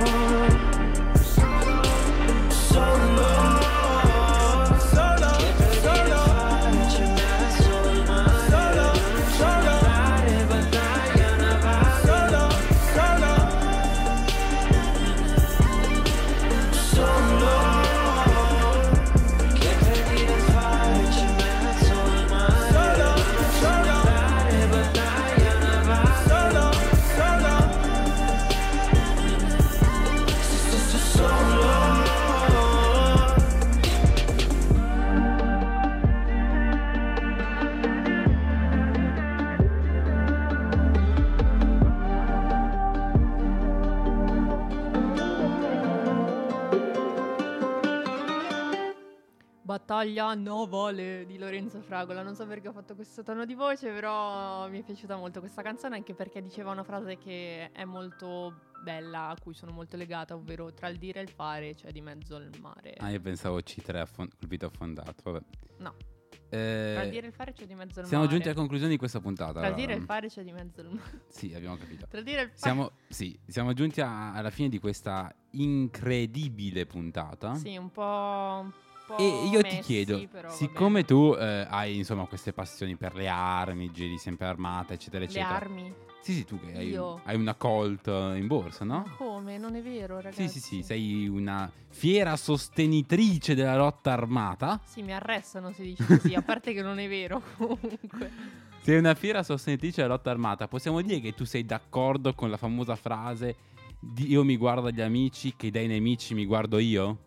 Battaglia navale di Lorenzo Fragola. Non so perché ho fatto questo tono di voce, però mi è piaciuta molto questa canzone, anche perché diceva una frase che è molto bella, a cui sono molto legata, ovvero tra il dire e il fare c'è di mezzo il mare. Ah, io pensavo C3 colpito affondato, vabbè. No. Tra il dire e il fare c'è di mezzo il siamo mare. giunti alla conclusione di questa puntata. Tra il dire e il fare c'è di mezzo il mare. Sì, abbiamo capito. Tra il dire e il fare. Siamo giunti alla fine di questa incredibile puntata. Sì, un po'... E io ti messi, chiedo, però siccome tu hai insomma queste passioni per le armi, giri sempre armata, eccetera, eccetera. Le armi? Sì, tu che Io? hai una Colt in borsa, no? Come? Non è vero, ragazzi. Sì, sei una fiera sostenitrice della lotta armata. Sì, mi arrestano se dici così, a parte che non è vero comunque. Sei una fiera sostenitrice della lotta armata. Possiamo dire che tu sei d'accordo con la famosa frase Dio mi guarda gli amici, che dai nemici mi guardo io?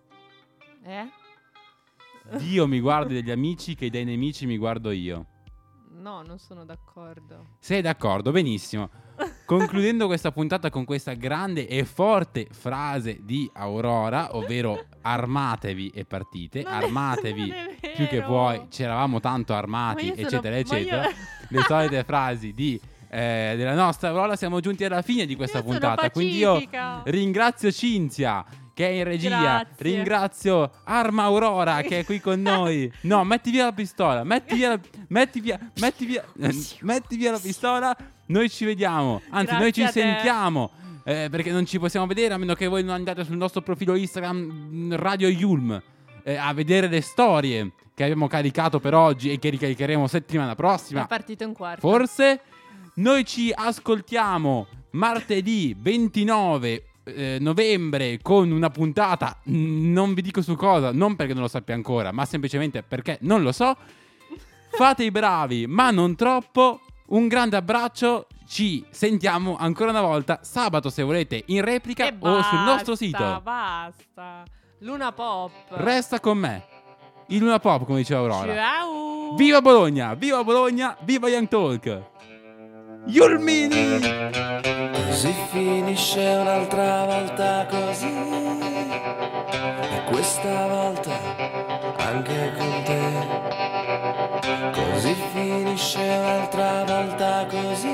Dio mi guarda degli amici, che dai nemici mi guardo io. No, non sono d'accordo. Sei d'accordo, benissimo. Concludendo questa puntata con questa grande e forte frase di Aurora, ovvero armatevi e partite. Armatevi più che puoi, c'eravamo tanto armati, eccetera, eccetera. Le solite frasi della nostra Aurora. Siamo giunti alla fine di questa puntata. Quindi io ringrazio Cinzia, che è in regia. Grazie. Ringrazio Arma Aurora, che è qui con noi. No, metti via la pistola. Metti via la pistola. Noi ci vediamo. Anzi, Grazie noi ci a te. sentiamo. Perché non ci possiamo vedere, a meno che voi non andate sul nostro profilo Instagram Radio Yulm a vedere le storie che abbiamo caricato per oggi e che ricaricheremo settimana prossima. È partito in quarto. Forse. Noi ci ascoltiamo martedì 29 novembre con una puntata, non vi dico su cosa, non perché non lo sappia ancora, ma semplicemente perché non lo so. Fate i bravi, ma non troppo. Un grande abbraccio. Ci sentiamo ancora una volta sabato, se volete, in replica E o sul nostro sito. Basta. Luna Pop. Resta con me. Il Luna Pop, come diceva Aurora. Ciao. Viva Bologna, viva Young Talk. Yulmini. Così finisce un'altra volta così, e questa volta anche con te. Così finisce un'altra volta così,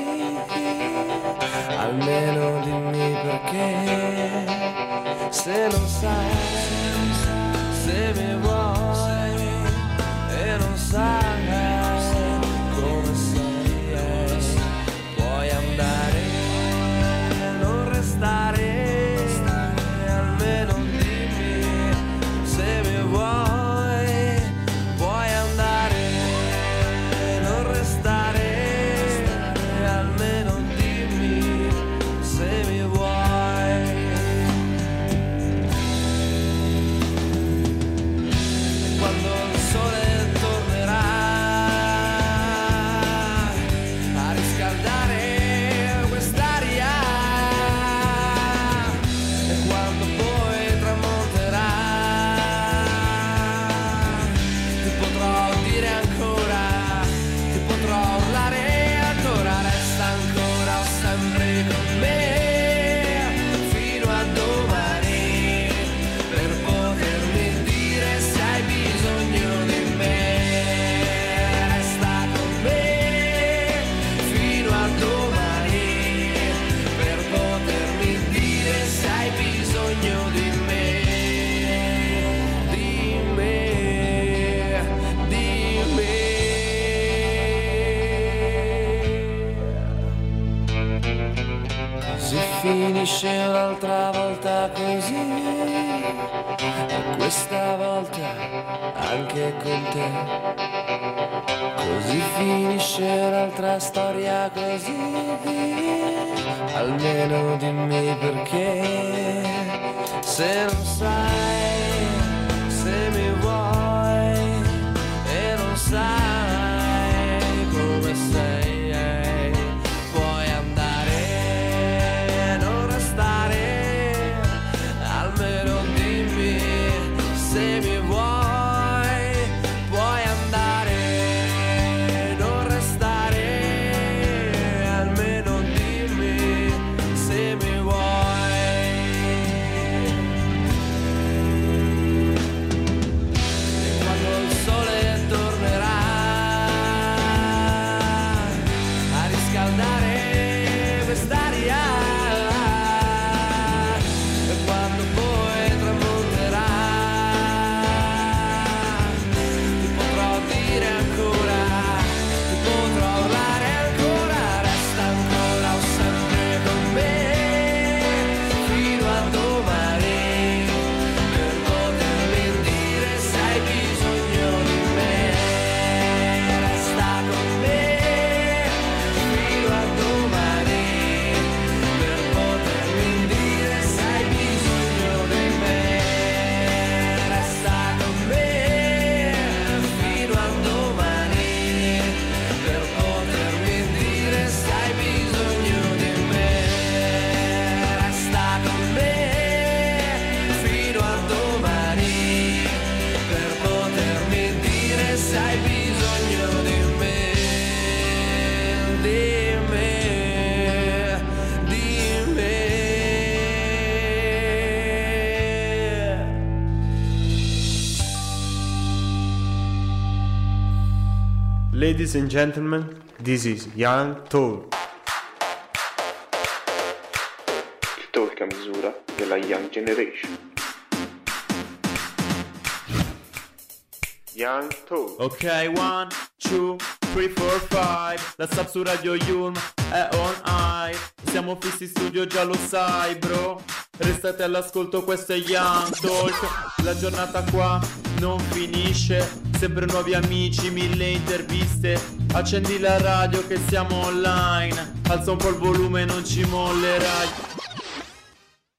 almeno dimmi perché. Se non sai, se mi vuoi e non sai come sei, puoi andare, non restare, almeno dimmi se mi vuoi, puoi andare, non restare, almeno dimmi se mi vuoi. quando il sole tornerà a riscaldare quest'aria, e quando poi tramonterà ti potrò dire ancora, ti potrò urlare ancora, resta ancora sempre con me fino a domani, per potermi dire se hai bisogno di me. Resta con me fino a domani, per potermi dire se hai bisogno di me, di me, di me. Si finisce un'altra volta così, e questa volta anche con te. Così finisce un'altra storia così, almeno dimmi perché. Se non sai, se mi vuoi e non sai come sei, puoi andare, non restare, almeno dimmi se mi vuoi, puoi andare, non restare, almeno dimmi se mi vuoi. E quando il sole tornerà a riscaldare quest'aria, e quando poi tramonterà ti potrò dire ancora, ti potrò urlare ancora, resta ancora o sempre con me fino a domani, per potermi dire se hai bisogno di me. Resta con me fino a domani, per potermi dire se hai bisogno di me. Resta con me fino a domani, per potermi dire se hai bisogno di me. Resta con me fino a domani, per potermi dire se hai bisogno di me, di me, di me. Ladies and gentlemen, this is Young Talk. Il talk a misura della Young Generation. Young Talk. Ok, 1, 2, 3, 4, 5. La Sub su Radio Yulm è on air. Siamo fissi in studio, già lo sai, bro. Restate all'ascolto, questo è Young Talk. La giornata qua non finisce. Sempre nuovi amici, 1000 interviste. Accendi la radio che siamo online. Alza un po' il volume, non ci mollerai.